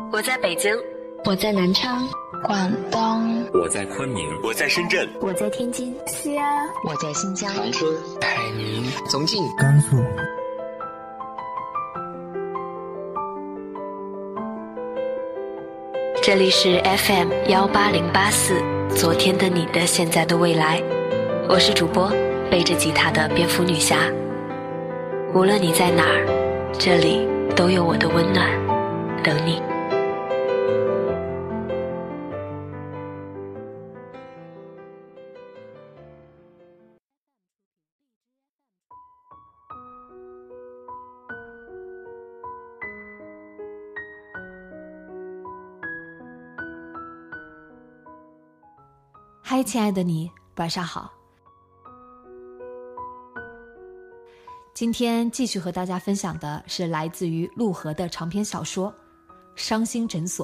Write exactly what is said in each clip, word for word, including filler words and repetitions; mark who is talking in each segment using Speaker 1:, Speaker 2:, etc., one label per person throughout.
Speaker 1: 我在北京，
Speaker 2: 我在南昌，
Speaker 3: 广东，
Speaker 4: 我在昆明，
Speaker 5: 我在深圳，
Speaker 6: 我在天津，
Speaker 3: 西安，
Speaker 2: 我在新疆，
Speaker 7: 长春，
Speaker 8: 海宁，
Speaker 9: 重庆，
Speaker 10: 甘肃。
Speaker 1: 这里是 F M 幺八零八四，昨天的你的现在的未来，我是主播背着吉他的蝙蝠女侠。无论你在哪儿，这里都有我的温暖等你。
Speaker 11: 嗨，亲爱的你，晚上好。今天继续和大家分享的是来自于陆河的长篇小说《伤心诊所》。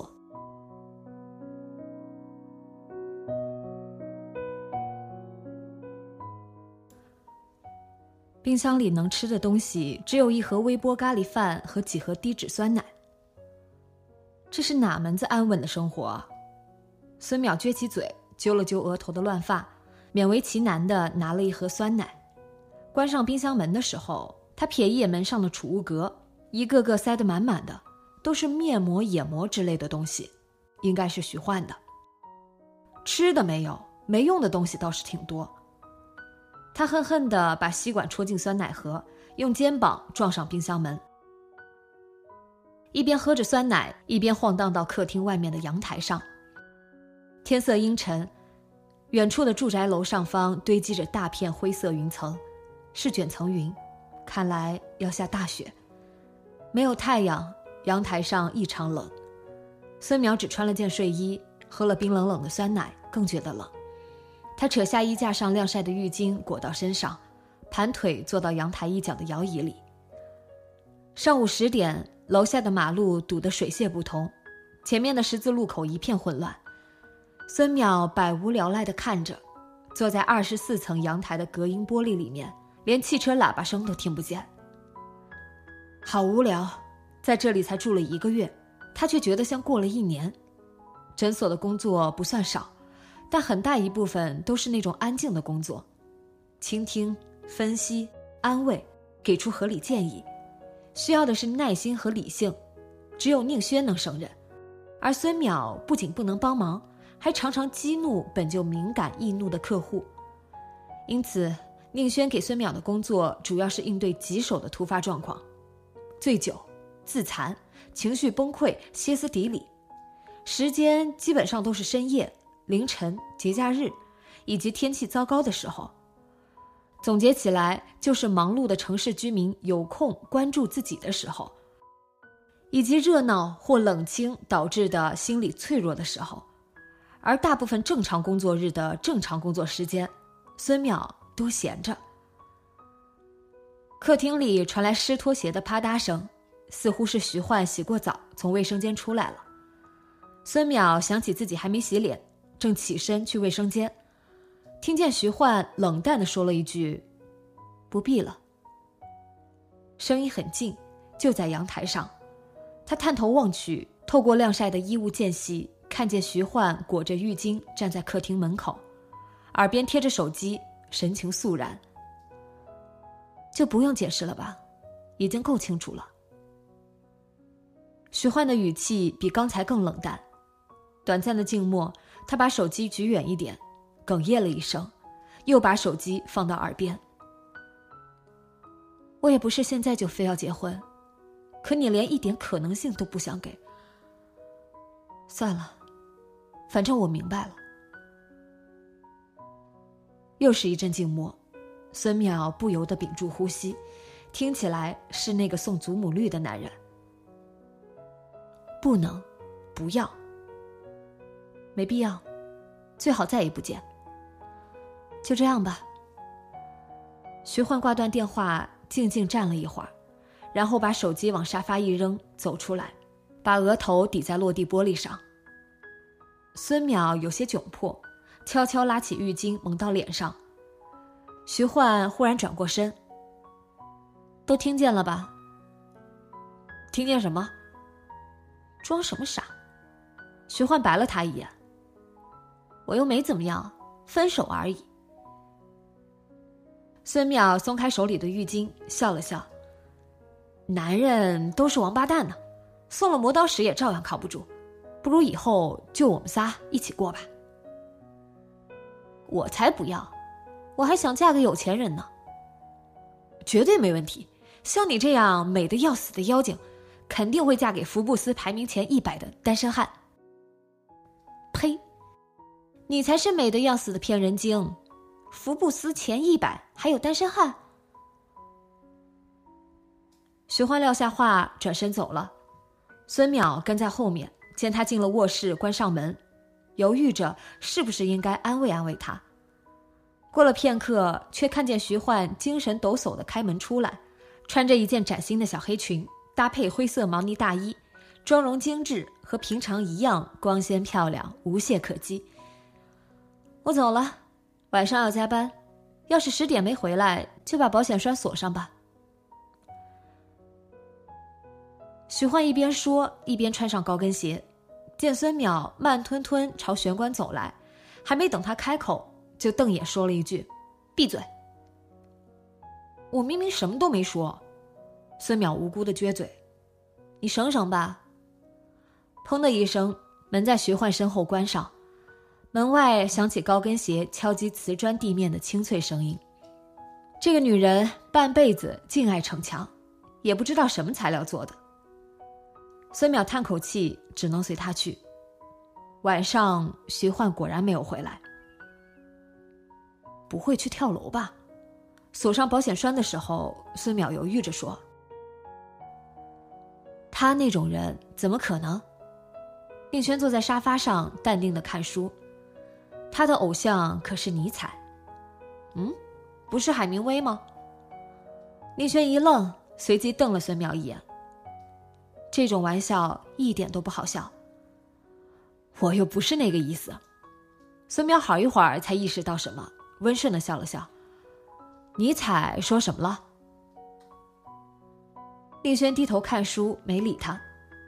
Speaker 11: 冰箱里能吃的东西只有一盒微波咖喱饭和几盒低脂酸奶。这是哪门子安稳的生活啊？孙淼撅起嘴，揪了揪额头的乱发，勉为其难地拿了一盒酸奶。关上冰箱门的时候，他瞥一眼门上的储物格，一个个塞得满满的，都是面膜、眼膜之类的东西，应该是徐焕的。吃的没有，没用的东西倒是挺多。他恨恨地把吸管戳进酸奶盒，用肩膀撞上冰箱门，一边喝着酸奶，一边晃荡到客厅外面的阳台上。天色阴沉，远处的住宅楼上方堆积着大片灰色云层，是卷层云，看来要下大雪。没有太阳，阳台上异常冷。孙淼只穿了件睡衣，喝了冰冷冷的酸奶，更觉得冷。他扯下衣架上晾晒的浴巾裹到身上，盘腿坐到阳台一角的摇椅里。上午十点，楼下的马路堵得水泄不通，前面的十字路口一片混乱。孙淼百无聊赖地看着，坐在二十四层阳台的隔音玻璃里面，连汽车喇叭声都听不见。好无聊，在这里才住了一个月，他却觉得像过了一年。诊所的工作不算少，但很大一部分都是那种安静的工作，倾听、分析、安慰，给出合理建议，需要的是耐心和理性，只有宁轩能胜任。而孙淼不仅不能帮忙，还常常激怒本就敏感易怒的客户。因此宁轩给孙淼的工作主要是应对棘手的突发状况，醉酒、自残、情绪崩溃、歇斯底里，时间基本上都是深夜、凌晨、节假日以及天气糟糕的时候。总结起来，就是忙碌的城市居民有空关注自己的时候，以及热闹或冷清导致的心理脆弱的时候。而大部分正常工作日的正常工作时间，孙淼都闲着。客厅里传来湿拖鞋的啪嗒声，似乎是徐焕洗过澡从卫生间出来了。孙淼想起自己还没洗脸，正起身去卫生间，听见徐焕冷淡地说了一句不必了。声音很近，就在阳台上。他探头望去，透过晾晒的衣物间隙，看见徐焕裹着浴巾站在客厅门口，耳边贴着手机，神情肃然。就不用解释了吧，已经够清楚了。徐焕的语气比刚才更冷淡。短暂的静默，他把手机举远一点，哽咽了一声，又把手机放到耳边。我也不是现在就非要结婚，可你连一点可能性都不想给。算了，反正我明白了。又是一阵静默，孙淼不由得屏住呼吸，听起来是那个送祖母绿的男人。不能，不要，没必要，最好再也不见。就这样吧。徐焕挂断电话，静静站了一会儿，然后把手机往沙发一扔，走出来，把额头抵在落地玻璃上。孙淼有些窘迫，悄悄拉起浴巾蒙到脸上。徐焕忽然转过身，都听见了吧？听见什么？ 装什么傻？徐焕白了他一眼，我又没怎么样，分手而已。孙淼松开手里的浴巾，笑了笑，男人都是王八蛋呢，送了磨刀石也照样靠不住，不如以后就我们仨一起过吧。我才不要，我还想嫁个有钱人呢。绝对没问题，像你这样美得要死的妖精，肯定会嫁给福布斯排名前一百的单身汉。呸，你才是美得要死的骗人精，福布斯前一百还有单身汉。徐欢撂下话，转身走了。孙淼跟在后面，见他进了卧室，关上门，犹豫着是不是应该安慰安慰他。过了片刻，却看见徐焕精神抖擞地开门出来，穿着一件崭新的小黑裙，搭配灰色毛呢大衣，妆容精致，和平常一样光鲜漂亮，无懈可击。我走了，晚上要加班，要是十点没回来，就把保险栓锁上吧。徐焕一边说，一边穿上高跟鞋，见孙淼慢吞吞朝玄关走来，还没等他开口，就瞪眼说了一句：闭嘴。我明明什么都没说。孙淼无辜地撅嘴，你省省吧。砰的一声，门在徐焕身后关上，门外响起高跟鞋敲击瓷砖地面的清脆声音。这个女人半辈子敬爱逞强，也不知道什么材料做的。孙淼叹口气，只能随他去。晚上徐焕果然没有回来。不会去跳楼吧？锁上保险栓的时候，孙淼犹豫着说，他那种人怎么可能？宁轩坐在沙发上淡定地看书，他的偶像可是尼采。嗯，不是海明威吗？宁轩一愣，随即瞪了孙淼一眼。这种玩笑一点都不好笑。我又不是那个意思。孙淼好一会儿才意识到什么，温顺地笑了笑。尼采说什么了？宁轩低头看书，没理他。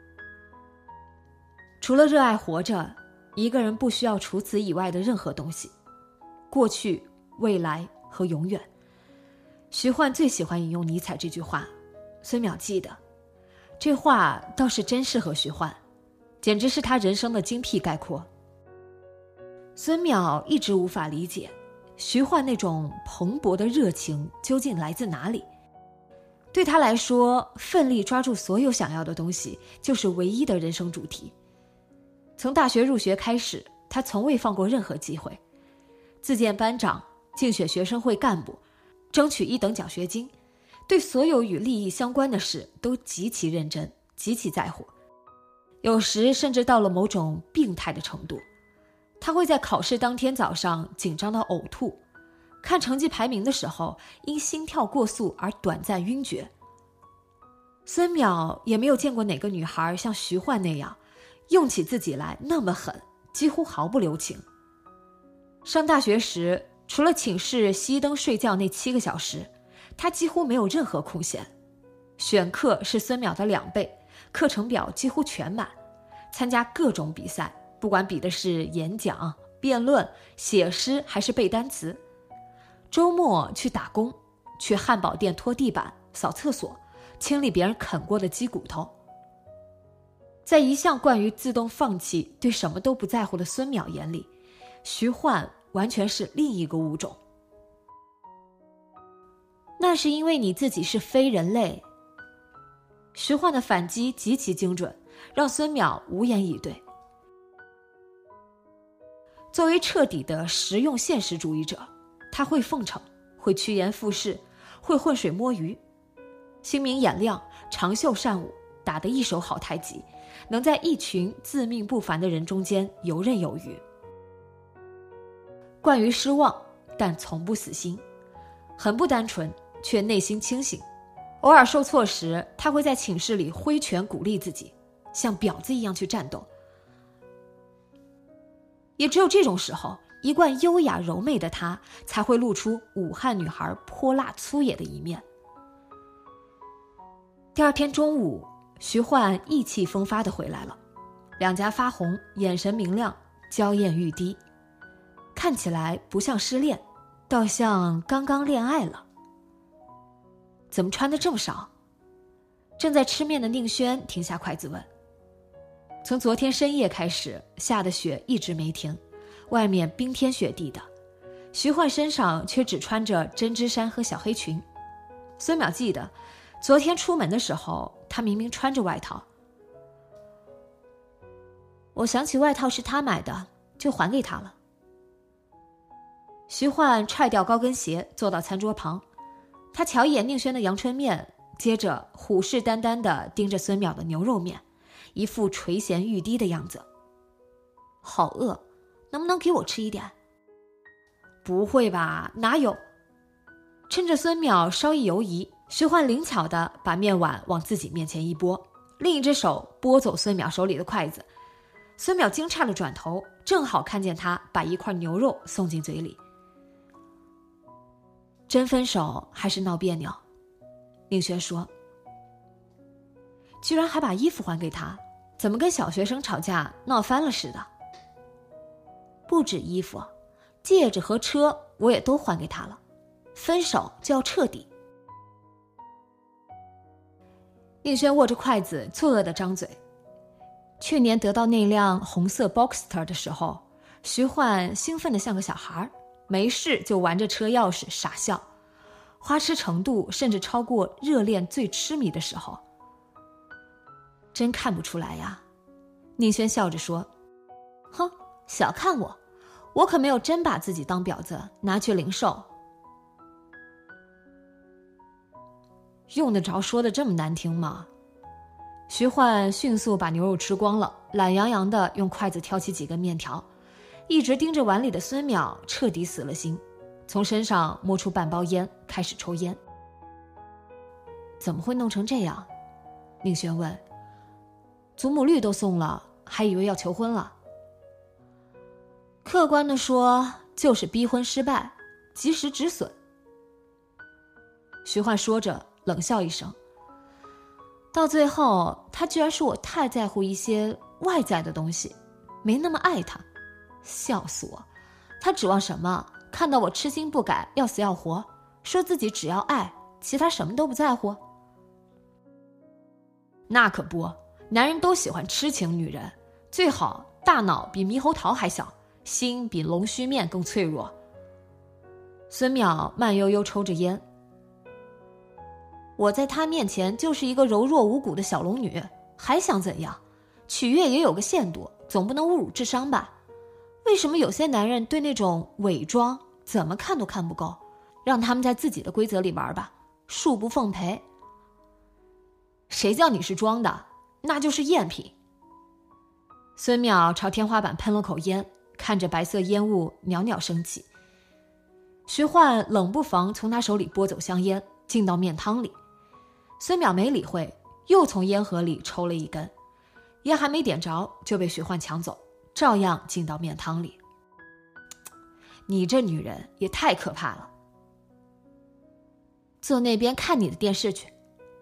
Speaker 11: 除了热爱活着，一个人不需要除此以外的任何东西。过去、未来和永远。徐焕最喜欢引用尼采这句话，孙淼记得。这话倒是真适合徐焕，简直是他人生的精辟概括。孙淼一直无法理解徐焕那种蓬勃的热情究竟来自哪里。对他来说，奋力抓住所有想要的东西就是唯一的人生主题。从大学入学开始，他从未放过任何机会，自荐班长，竞选学生会干部，争取一等奖学金，对所有与利益相关的事都极其认真，极其在乎，有时甚至到了某种病态的程度。他会在考试当天早上紧张到呕吐，看成绩排名的时候因心跳过速而短暂晕厥。孙淼也没有见过哪个女孩像徐焕那样用起自己来那么狠，几乎毫不留情。上大学时，除了寝室熄灯睡觉那七个小时，他几乎没有任何空闲。选课是孙淼的两倍，课程表几乎全满，参加各种比赛，不管比的是演讲、辩论、写诗还是背单词。周末去打工，去汉堡店拖地板、扫厕所，清理别人啃过的鸡骨头。在一向惯于自动放弃、对什么都不在乎的孙淼眼里，徐焕完全是另一个物种。那是因为你自己是非人类。徐焕的反击极其精准，让孙淼无言以对。作为彻底的实用现实主义者，他会奉承，会趋炎附势，会浑水摸鱼，心明眼亮，长袖善舞，打得一手好太极，能在一群自命不凡的人中间游刃有余。惯于失望，但从不死心，很不单纯，却内心清醒。偶尔受挫时，他会在寝室里挥拳鼓励自己，像婊子一样去战斗。也只有这种时候，一贯优雅柔媚的她才会露出武汉女孩泼辣粗野的一面。第二天中午，徐焕意气风发地回来了， 两颊发红，眼神明亮，娇艳欲滴，看起来不像失恋，倒像刚刚恋爱了。怎么穿得这么少？正在吃面的宁轩停下筷子问。从昨天深夜开始，下的雪一直没停，外面冰天雪地的，徐焕身上却只穿着针织衫和小黑裙。孙淼记得昨天出门的时候，他明明穿着外套。我想起外套是他买的，就还给他了。徐焕踹掉高跟鞋，坐到餐桌旁，他瞧一眼宁轩的阳春面，接着虎视眈眈地盯着孙淼的牛肉面，一副垂涎欲滴的样子。好饿，能不能给我吃一点？不会吧，哪有？趁着孙淼稍一犹疑，徐焕灵巧地把面碗往自己面前一拨，另一只手拨走孙淼手里的筷子。孙淼惊诧地转头，正好看见他把一块牛肉送进嘴里。真分手还是闹别扭？宁轩说。居然还把衣服还给他，怎么跟小学生吵架闹翻了似的？不止衣服，戒指和车我也都还给他了，分手就要彻底。宁轩握着筷子，错愕地张嘴。去年得到那辆红色 Boxster 的时候，徐焕兴奋得像个小孩，没事就玩着车钥匙傻笑，花痴程度甚至超过热恋最痴迷的时候。真看不出来呀，宁轩笑着说。哼，小看我，我可没有真把自己当婊子拿去零售。用得着说的这么难听吗？徐焕迅速把牛肉吃光了，懒洋洋地用筷子挑起几根面条，一直盯着碗里的孙淼彻底死了心，从身上摸出半包烟，开始抽烟。怎么会弄成这样？宁轩问。祖母绿都送了，还以为要求婚了。客观地说，就是逼婚失败，及时止损。徐焕说着冷笑一声。到最后，他居然说我太在乎一些外在的东西，没那么爱他，笑死我！他指望什么？看到我痴心不改，要死要活，说自己只要爱，其他什么都不在乎？那可不，男人都喜欢痴情女人，最好大脑比猕猴桃还小，心比龙须面更脆弱。孙淼慢悠悠抽着烟。我在他面前就是一个柔弱无骨的小龙女，还想怎样？取悦也有个限度，总不能侮辱智商吧？为什么有些男人对那种伪装怎么看都看不够？让他们在自己的规则里玩吧，恕不奉陪。谁叫你是装的？那就是赝品。孙淼朝天花板喷了口烟，看着白色烟雾袅袅升起。徐焕冷不防从他手里拨走香烟，进到面汤里。孙淼没理会，又从烟盒里抽了一根，烟还没点着就被徐焕抢走，照样进到面汤里。你这女人也太可怕了。坐那边看你的电视去。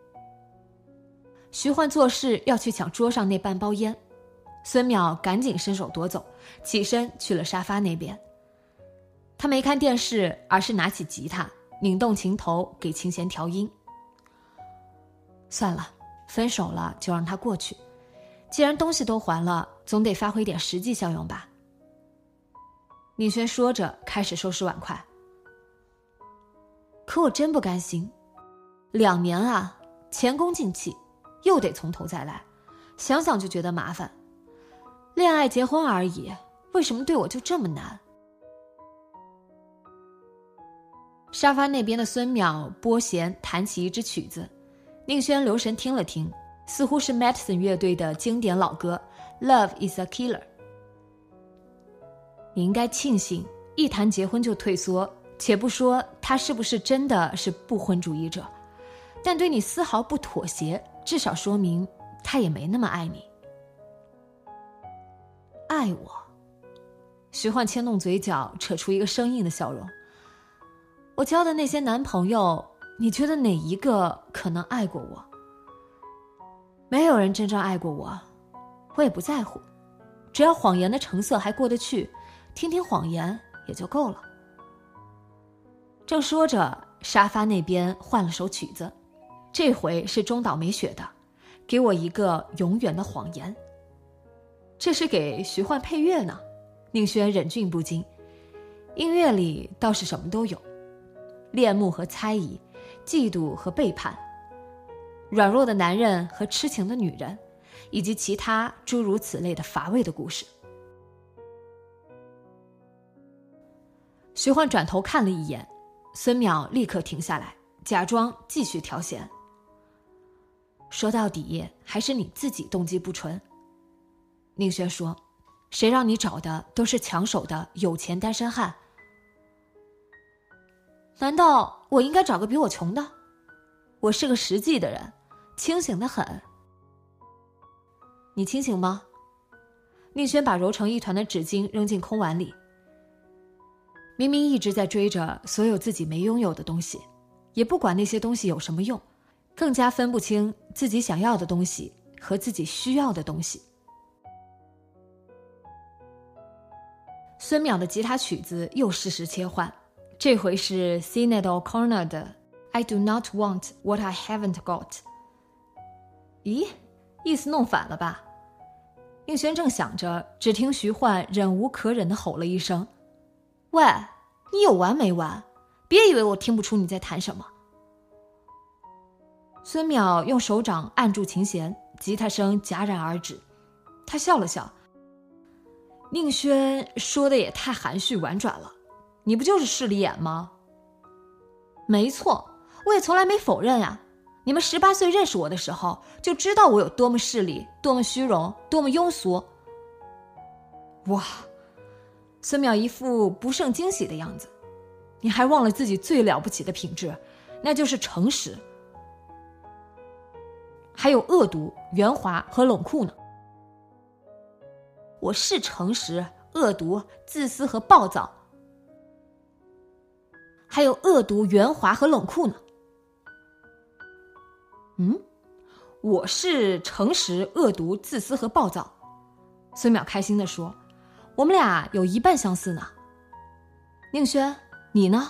Speaker 11: 徐焕做事要去抢桌上那半包烟，孙淼赶紧伸手夺走，起身去了沙发那边。他没看电视，而是拿起吉他，拧动琴头给琴弦调音。算了，分手了就让他过去，既然东西都还了，总得发挥点实际效用吧。宁轩说着开始收拾碗筷。可我真不甘心，两年啊，前功尽弃，又得从头再来，想想就觉得麻烦。恋爱结婚而已，为什么对我就这么难？沙发那边的孙淼拨弦弹起一支曲子，宁轩留神听了听，似乎是 Madison 乐队的经典老歌 Love is a Killer。 你应该庆幸一谈结婚就退缩，且不说他是不是真的是不婚主义者，但对你丝毫不妥协，至少说明他也没那么爱你。爱我？徐焕牵动嘴角，扯出一个生硬的笑容。我交的那些男朋友，你觉得哪一个可能爱过我？没有人真正爱过我， 我也不在乎，只要谎言的成色还过得去，听听谎言也就够了。正说着，沙发那边换了首曲子，这回是中岛美雪的《给我一个永远的谎言》。这是给徐焕配乐呢，宁轩忍俊不禁。音乐里倒是什么都有，恋慕和猜疑，嫉妒和背叛，软弱的男人和痴情的女人，以及其他诸如此类的乏味的故事。徐焕转头看了一眼，孙淼立刻停下来，假装继续调弦。说到底还是你自己动机不纯。宁轩说，谁让你找的都是抢手的有钱单身汉？难道我应该找个比我穷的？我是个实际的人，清醒得很。你清醒吗？宁轩把揉成一团的纸巾扔进空碗里。明明一直在追着所有自己没拥有的东西，也不管那些东西有什么用，更加分不清自己想要的东西和自己需要的东西。孙淼的吉他曲子又适时切换，这回是 Sinéad O'Connor 的 I do not want what I haven't got。 咦，意思弄反了吧？应轩正想着，只听徐焕忍无可忍地吼了一声，喂，你有完没完？别以为我听不出你在弹什么。孙淼用手掌按住琴弦，吉他声戛然而止。他笑了笑，宁轩说的也太含蓄婉转了，你不就是势利眼吗？没错，我也从来没否认啊。你们十八岁认识我的时候，就知道我有多么势利，多么虚荣，多么庸俗。哇，孙淼一副不胜惊喜的样子。你还忘了自己最了不起的品质，那就是诚实。还有恶毒、圆滑和冷酷呢。我是诚实、恶毒、自私和暴躁，还有恶毒、圆滑和冷酷呢。嗯，我是诚实、恶毒、自私和暴躁。孙淼开心地说，我们俩有一半相似呢。宁轩，你呢？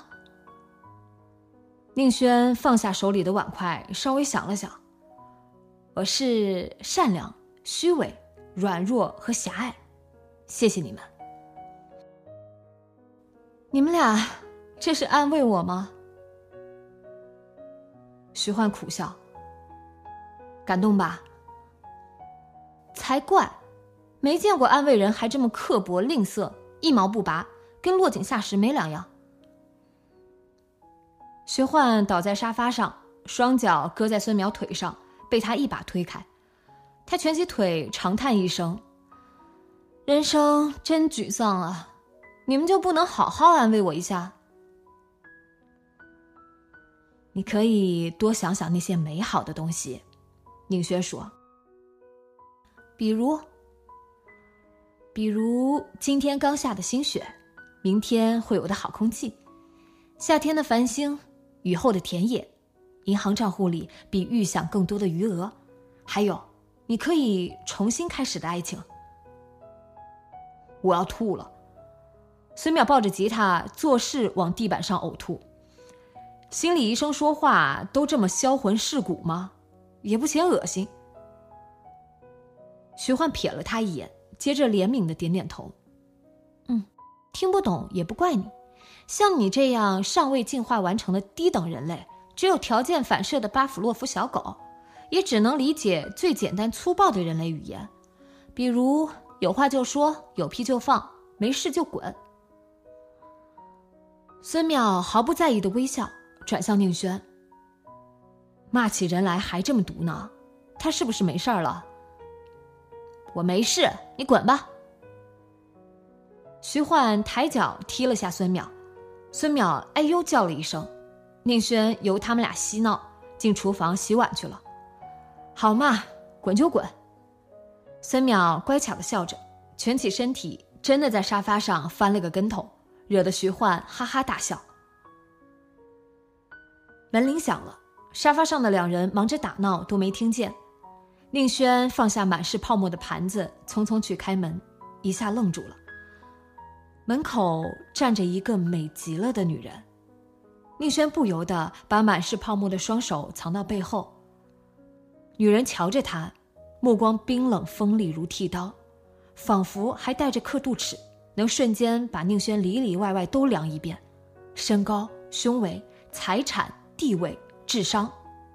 Speaker 11: 宁轩放下手里的碗筷，稍微想了想，我是善良、虚伪、软弱和狭隘。谢谢你们。你们俩这是安慰我吗？徐焕苦笑，感动吧？才怪，没见过安慰人还这么刻薄吝啬，一毛不拔，跟落井下石没两样。徐焕倒在沙发上，双脚搁在孙淼腿上，被他一把推开。他蜷起腿长叹一声，人生真沮丧啊，你们就不能好好安慰我一下？你可以多想想那些美好的东西，宁轩说。比如比如今天刚下的新雪，明天会有的好空气，夏天的繁星，雨后的田野，银行账户里比预想更多的余额，还有你可以重新开始的爱情。我要吐了。孙淼抱着吉他做事往地板上呕吐。心理医生说话都这么销魂蚀骨吗？也不嫌恶心。徐焕瞥了他一眼，接着怜悯的点点头。嗯，听不懂也不怪你，像你这样尚未进化完成的低等人类，只有条件反射的巴甫洛夫小狗，也只能理解最简单粗暴的人类语言，比如有话就说，有屁就放，没事就滚。孙淼毫不在意的微笑，转向宁轩。骂起人来还这么毒呢，他是不是没事了？我没事，你滚吧。徐焕抬脚踢了下孙淼，孙淼哎呦叫了一声。宁轩由他们俩嬉闹，进厨房洗碗去了。好嘛，滚就滚。孙淼乖巧地笑着，蜷起身体，真的在沙发上翻了个跟头，惹得徐焕哈哈大笑。门铃响了，沙发上的两人忙着打闹都没听见。 宁轩放下满是泡沫的盘子，匆匆去开门，一下愣住了。门口站着一个美极了的女人，宁轩不由得把满是泡沫的双手藏到背后。女人瞧着他，目光冰冷锋利如剃刀，仿佛还带着刻度尺，能瞬间把宁轩里里外外都量一遍，身高、胸围、财产、地位、智商。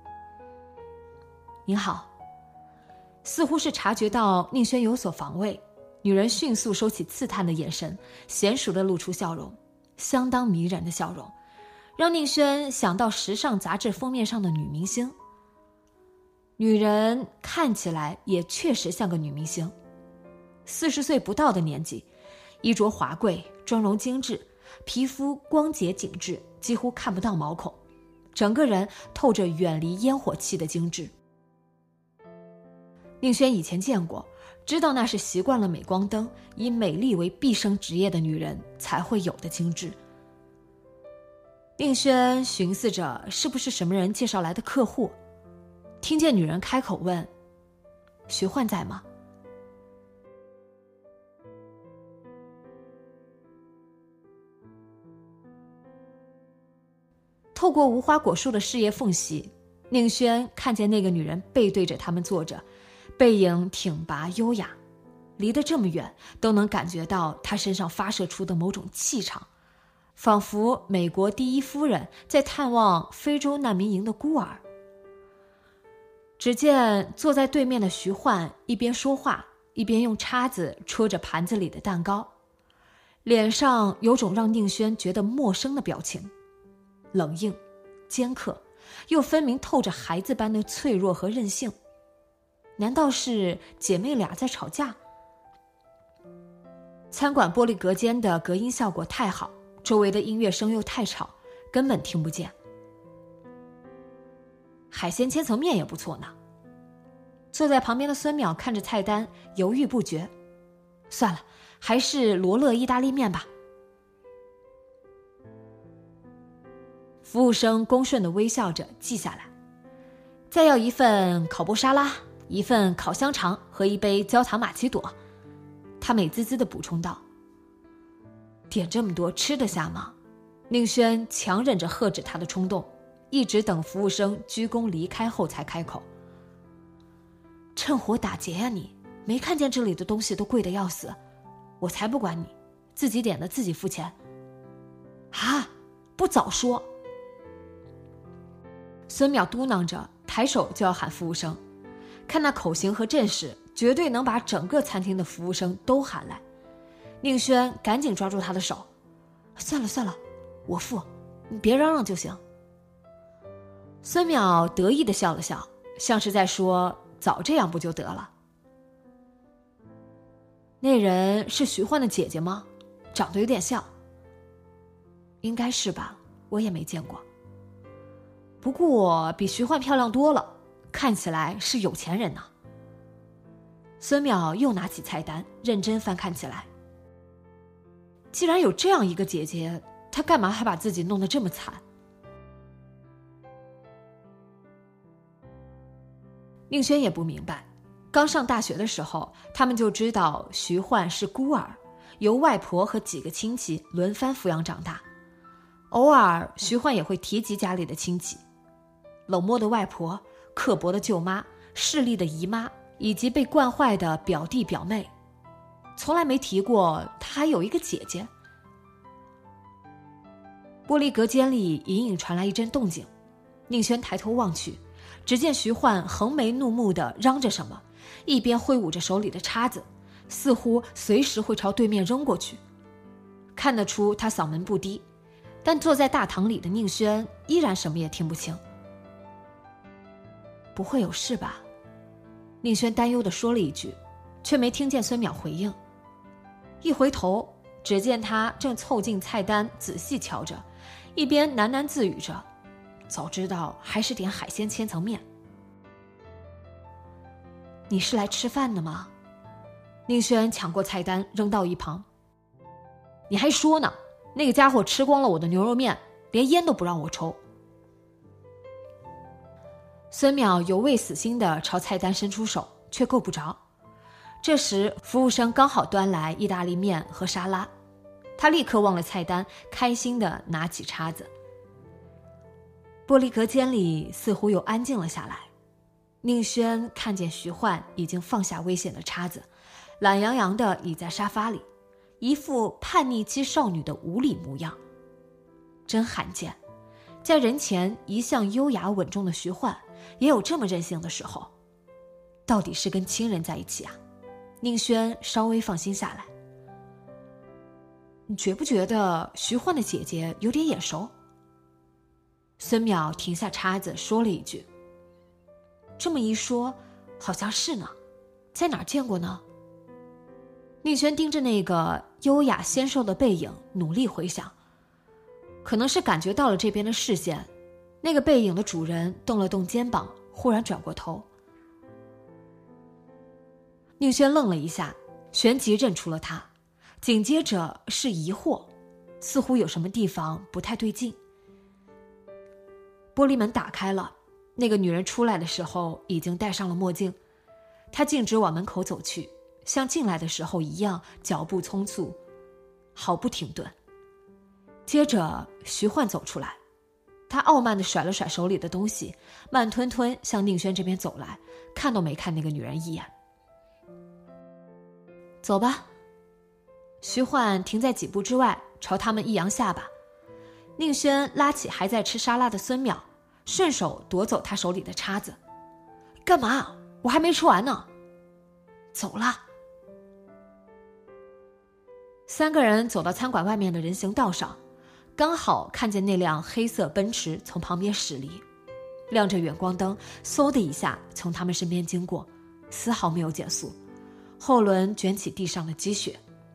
Speaker 11: 您好。似乎是察觉到宁轩有所防卫，女人迅速收起刺探的眼神，娴熟地露出笑容，相当迷人的笑容，让宁轩想到时尚杂志封面上的女明星。女人看起来也确实像个女明星，四十岁不到的年纪，衣着华贵，妆容精致，皮肤光洁紧致，几乎看不到毛孔，整个人透着远离烟火气的精致。宁轩以前见过，知道那是习惯了镁光灯，以美丽为毕生职业的女人才会有的精致。宁轩寻思着是不是什么人介绍来的客户，听见女人开口问：“徐焕在吗？”透过无花果树的视野缝隙，宁轩看见那个女人背对着他们坐着，背影挺拔优雅，离得这么远都能感觉到她身上发射出的某种气场，仿佛美国第一夫人在探望非洲难民营的孤儿。只见坐在对面的徐焕一边说话，一边用叉子戳着盘子里的蛋糕，脸上有种让宁轩觉得陌生的表情，冷硬、尖刻，又分明透着孩子般的脆弱和任性。难道是姐妹俩在吵架？餐馆玻璃隔间的隔音效果太好，周围的音乐声又太吵，根本听不见。海鲜千层面也不错呢。坐在旁边的孙淼看着菜单，犹豫不决。算了，还是罗勒意大利面吧。服务生恭顺地微笑着记下来，再要一份烤波沙拉，一份烤香肠和一杯焦糖玛奇朵。他美滋滋地补充道。点这么多吃得下吗？宁轩强忍着喝止他的冲动，一直等服务生鞠躬离开后才开口。趁火打劫呀你，没看见这里的东西都贵得要死，我才不管你，自己点的自己付钱。啊，不早说。孙淼嘟囔着，抬手就要喊服务生，看那口型和阵势，绝对能把整个餐厅的服务生都喊来。宁轩赶紧抓住他的手，算了算了，我付，你别嚷嚷就行。孙淼得意地笑了笑，像是在说早这样不就得了。那人是徐焕的姐姐吗？长得有点像。应该是吧，我也没见过。不过比徐焕漂亮多了，看起来是有钱人呢。孙淼又拿起菜单，认真翻看起来。既然有这样一个姐姐，她干嘛还把自己弄得这么惨？宁轩也不明白，刚上大学的时候，他们就知道徐焕是孤儿，由外婆和几个亲戚轮番抚养长大。偶尔徐焕也会提及家里的亲戚，冷漠的外婆、刻薄的舅妈、势利的姨妈，以及被惯坏的表弟表妹，从来没提过他还有一个姐姐。玻璃隔间里隐隐传来一阵动静，宁轩抬头望去，只见徐焕横眉怒目地嚷着什么，一边挥舞着手里的叉子，似乎随时会朝对面扔过去。看得出他嗓门不低，但坐在大堂里的宁轩依然什么也听不清。不会有事吧？宁轩担忧地说了一句，却没听见孙淼回应。一回头，只见他正凑近菜单仔细瞧着，一边喃喃自语着，早知道还是点海鲜千层面。你是来吃饭的吗？宁轩抢过菜单扔到一旁。你还说呢，那个家伙吃光了我的牛肉面，连烟都不让我抽。 孙淼犹未死心地朝菜单伸出手，却够不着。这时服务生刚好端来意大利面和沙拉，他立刻忘了菜单，开心地拿起叉子。玻璃隔间里似乎又安静了下来。宁轩看见徐焕已经放下危险的叉子，懒洋洋地倚在沙发里，一副叛逆期少女的无理模样。真罕见，在人前一向优雅稳重的徐焕也有这么任性的时候。到底是跟亲人在一起啊？宁轩稍微放心下来。你觉不觉得徐焕的姐姐有点眼熟？孙淼停下叉子说了一句。这么一说，好像是呢，在哪儿见过呢？宁轩盯着那个优雅纤瘦的背影，努力回想。可能是感觉到了这边的视线，那个背影的主人动了动肩膀，忽然转过头。宁轩愣了一下，旋即认出了他，紧接着是疑惑，似乎有什么地方不太对劲。玻璃门打开了，那个女人出来的时候已经戴上了墨镜，她径直往门口走去，像进来的时候一样，脚步匆促，毫不停顿。接着徐焕走出来，他傲慢地甩了甩手里的东西，慢吞吞向宁轩这边走来，看都没看那个女人一眼。走吧。徐焕停在几步之外，朝他们一扬下巴。宁轩拉起还在吃沙拉的孙淼，顺手夺走他手里的叉子。干嘛？我还没吃完呢。走了。三个人走到餐馆外面的人行道上，刚好看见那辆黑色奔驰从旁边驶离，亮着远光灯，嗖的一下从他们身边经过，丝毫没有减速，后轮卷起地上的积雪。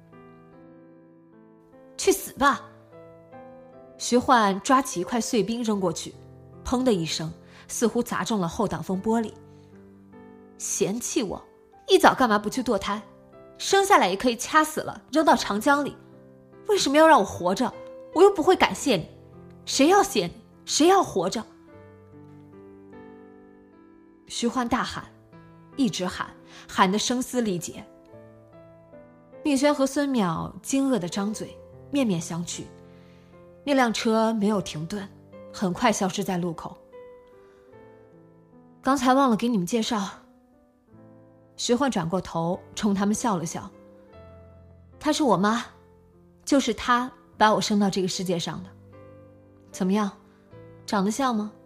Speaker 11: 去死吧！徐焕抓起一块碎冰扔过去，砰的一声，似乎砸中了后挡风玻璃。嫌弃我，一早干嘛不去堕胎？生下来也可以掐死了，扔到长江里，为什么要让我活着？我又不会感谢你，谁要谢你？谁要活着？徐焕大喊，一直喊，喊得声嘶力竭。宁轩和孙淼惊愕地张嘴，面面相觑。那辆车没有停顿，很快消失在路口。刚才忘了给你们介绍。徐焕转过头冲他们笑了笑。她是我妈，就是她把我生到这个世界上的。怎么样，长得像吗？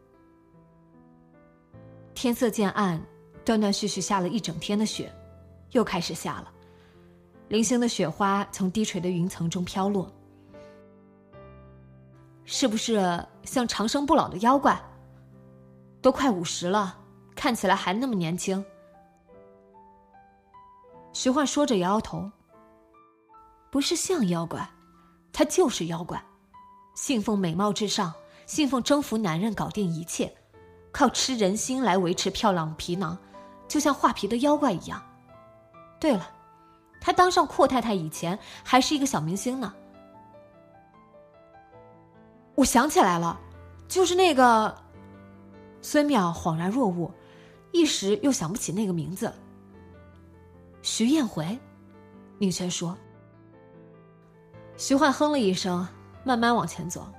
Speaker 11: 天色渐暗，断断续续下了一整天的雪，又开始下了。零星的雪花从低垂的云层中飘落。是不是像长生不老的妖怪？都快五十了，看起来还那么年轻。徐焕说着摇摇头。不是像妖怪，他就是妖怪，信奉美貌至上，信奉征服男人搞定一切，靠吃人心来维持漂亮的皮囊，就像画皮的妖怪一样。对了，他当上阔太太以前还是一个小明星呢。我想起来了，就是那个……孙淼恍然若悟，一时又想不起那个名字。徐艳回，宁轩说。徐焕哼了一声，慢慢往前走。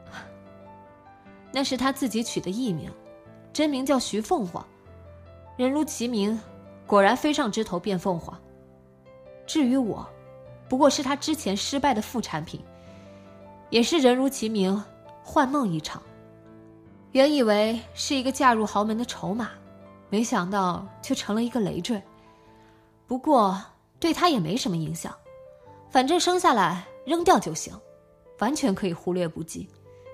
Speaker 11: 那是他自己取的艺名，真名叫徐凤凰，人如其名，果然飞上枝头变凤凰。至于我，不过是他之前失败的副产品，也是人如其名，幻梦一场。原以为是一个嫁入豪门的筹码，没想到却成了一个累赘。不过对他也没什么影响，反正生下来扔掉就行，完全可以忽略不计。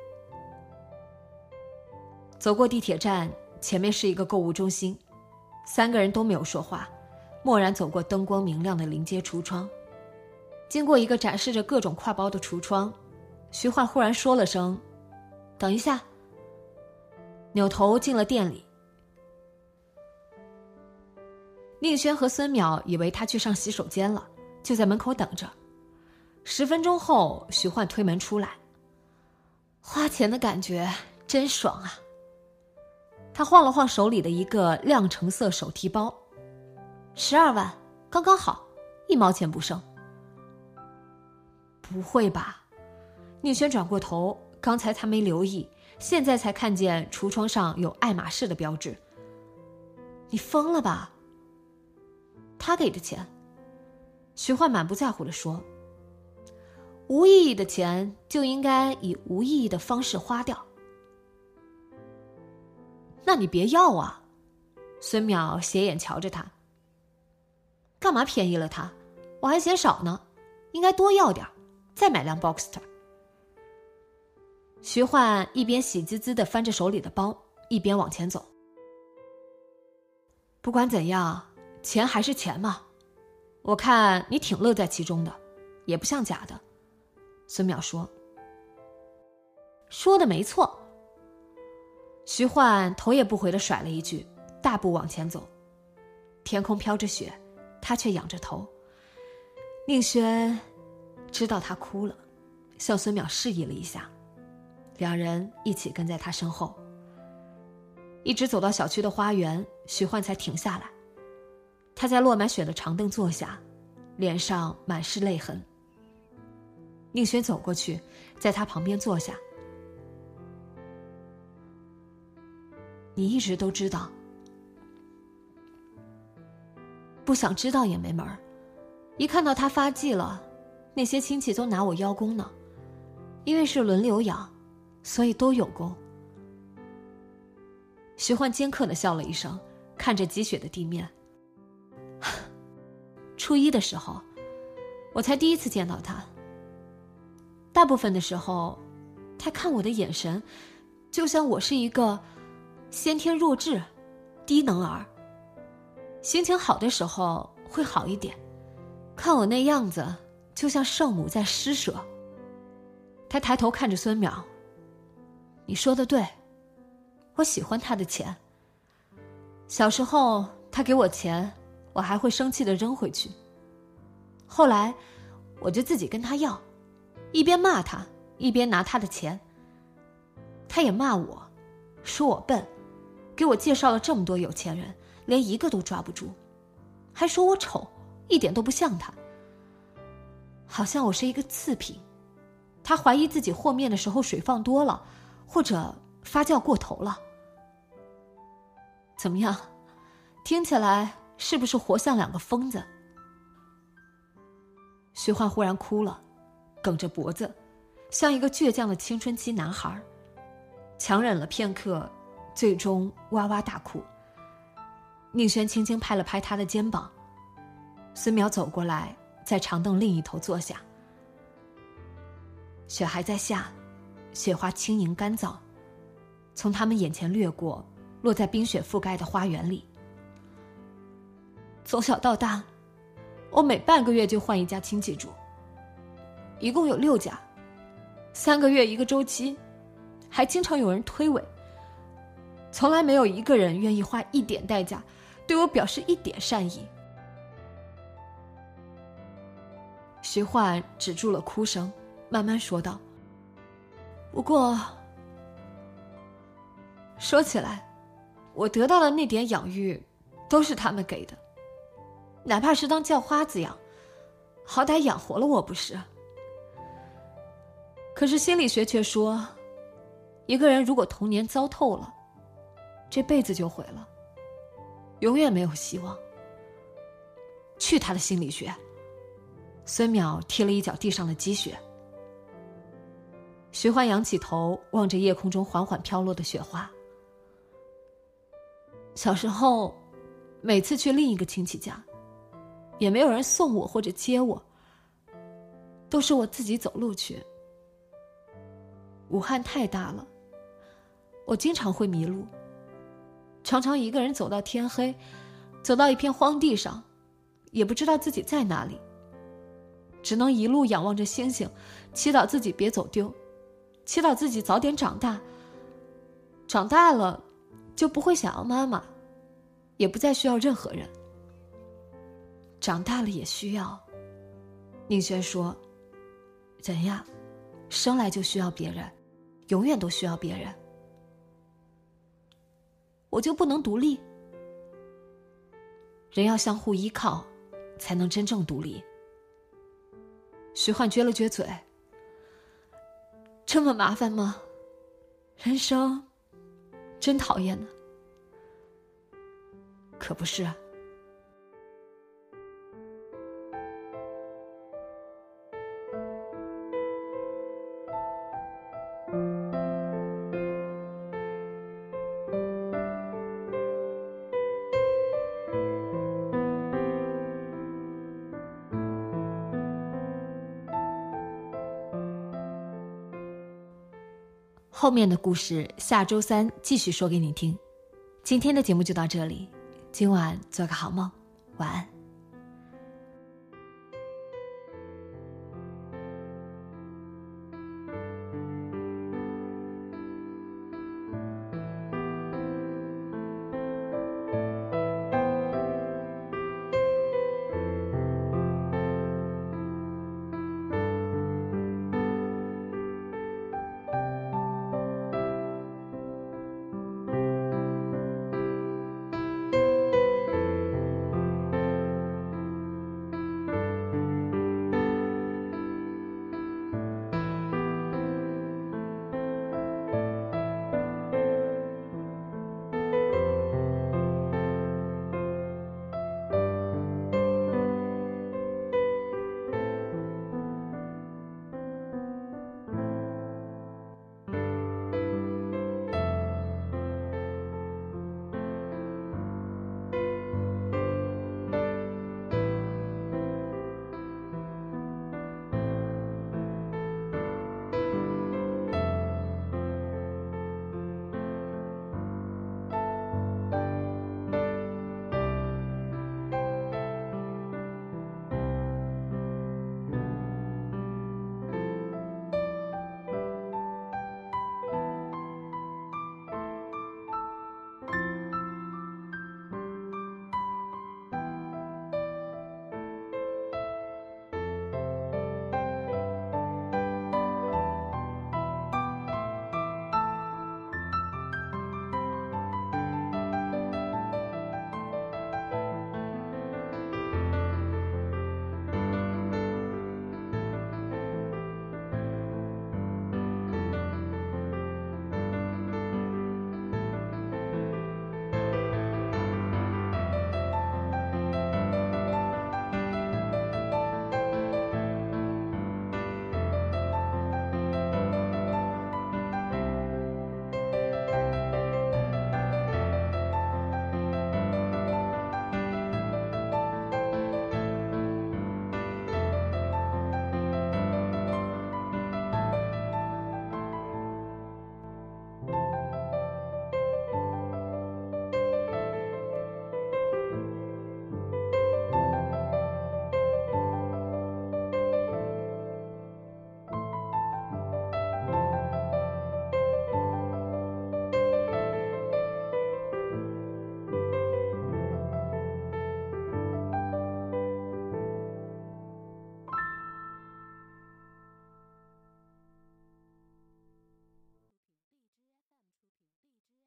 Speaker 11: 走过地铁站，前面是一个购物中心，三个人都没有说话，默然走过灯光明亮的临街橱窗。经过一个展示着各种挎包的橱窗，徐焕忽然说了声等一下，扭头进了店里。宁轩和孙淼以为他去上洗手间了，就在门口等着。十分钟后，徐焕推门出来。花钱的感觉真爽啊！ 他晃了晃手里的一个亮橙色手提包，十二万，刚刚好，一毛钱不剩。不会吧？宁轩转过头，刚才他没留意，现在才看见橱窗上有爱马仕的标志。你疯了吧？他给的钱。徐焕满不在乎地说，无意义的钱就应该以无意义的方式花掉。那你别要啊！孙淼斜眼瞧着他，干嘛便宜了他？我还嫌少呢，应该多要点，再买辆 Boxster。徐焕一边喜滋滋地翻着手里的包，一边往前走。不管怎样，钱还是钱嘛，我看你挺乐在其中的，也不像假的。孙淼说。说的没错。徐焕头也不回地甩了一句，大步往前走。天空飘着雪，他却仰着头。宁轩知道他哭了，向孙淼示意了一下，两人一起跟在他身后。一直走到小区的花园，徐焕才停下来。他在落满雪的长凳坐下，脸上满是泪痕。宁轩走过去，在他旁边坐下。你一直都知道。不想知道也没门儿，一看到他发迹了，那些亲戚都拿我邀功呢。因为是轮流养，所以都有功。徐焕尖刻地笑了一声，看着积雪的地面。初一的时候，我才第一次见到他。大部分的时候，他看我的眼神，就像我是一个先天弱智、低能儿。心情好的时候会好一点，看我那样子，就像圣母在施舍。他抬头看着孙淼，你说的对，我喜欢他的钱。小时候他给我钱，我还会生气地扔回去。后来我就自己跟他要，一边骂他，一边拿他的钱。他也骂我，说我笨，给我介绍了这么多有钱人，连一个都抓不住，还说我丑，一点都不像他，好像我是一个次品。他怀疑自己和面的时候水放多了，或者发酵过头了。怎么样，听起来是不是活像两个疯子？徐焕忽然哭了，梗着脖子，像一个倔强的青春期男孩，强忍了片刻，最终哇哇大哭。宁轩轻轻拍了拍他的肩膀，孙淼走过来，在长凳另一头坐下。雪还在下，雪花轻盈干燥，从他们眼前掠过，落在冰雪覆盖的花园里。从小到大，我每半个月就换一家亲戚住，一共有六家，三个月一个周期，还经常有人推诿，从来没有一个人愿意花一点代价对我表示一点善意。徐焕止住了哭声，慢慢说道，不过说起来，我得到的那点养育都是他们给的，哪怕是当叫花子养，好歹养活了我不是？可是心理学却说，一个人如果童年糟透了，这辈子就毁了，永远没有希望。去他的心理学！孙淼踢了一脚地上的积雪。徐焕仰起头，望着夜空中缓缓飘落的雪花。小时候，每次去另一个亲戚家，也没有人送我或者接我，都是我自己走路去。武汉太大了，我经常会迷路，常常一个人走到天黑，走到一片荒地上，也不知道自己在哪里，只能一路仰望着星星，祈祷自己别走丢，祈祷自己早点长大。长大了，就不会想要妈妈，也不再需要任何人。长大了也需要。宁轩说，怎样，生来就需要别人，永远都需要别人。 我就不能独立？人要相互依靠，才能真正独立。徐焕撅了撅嘴，这么麻烦吗？人生真讨厌呢。可不是啊。后面的故事下周三继续说给你听。今天的节目就到这里，今晚做个好梦，晚安。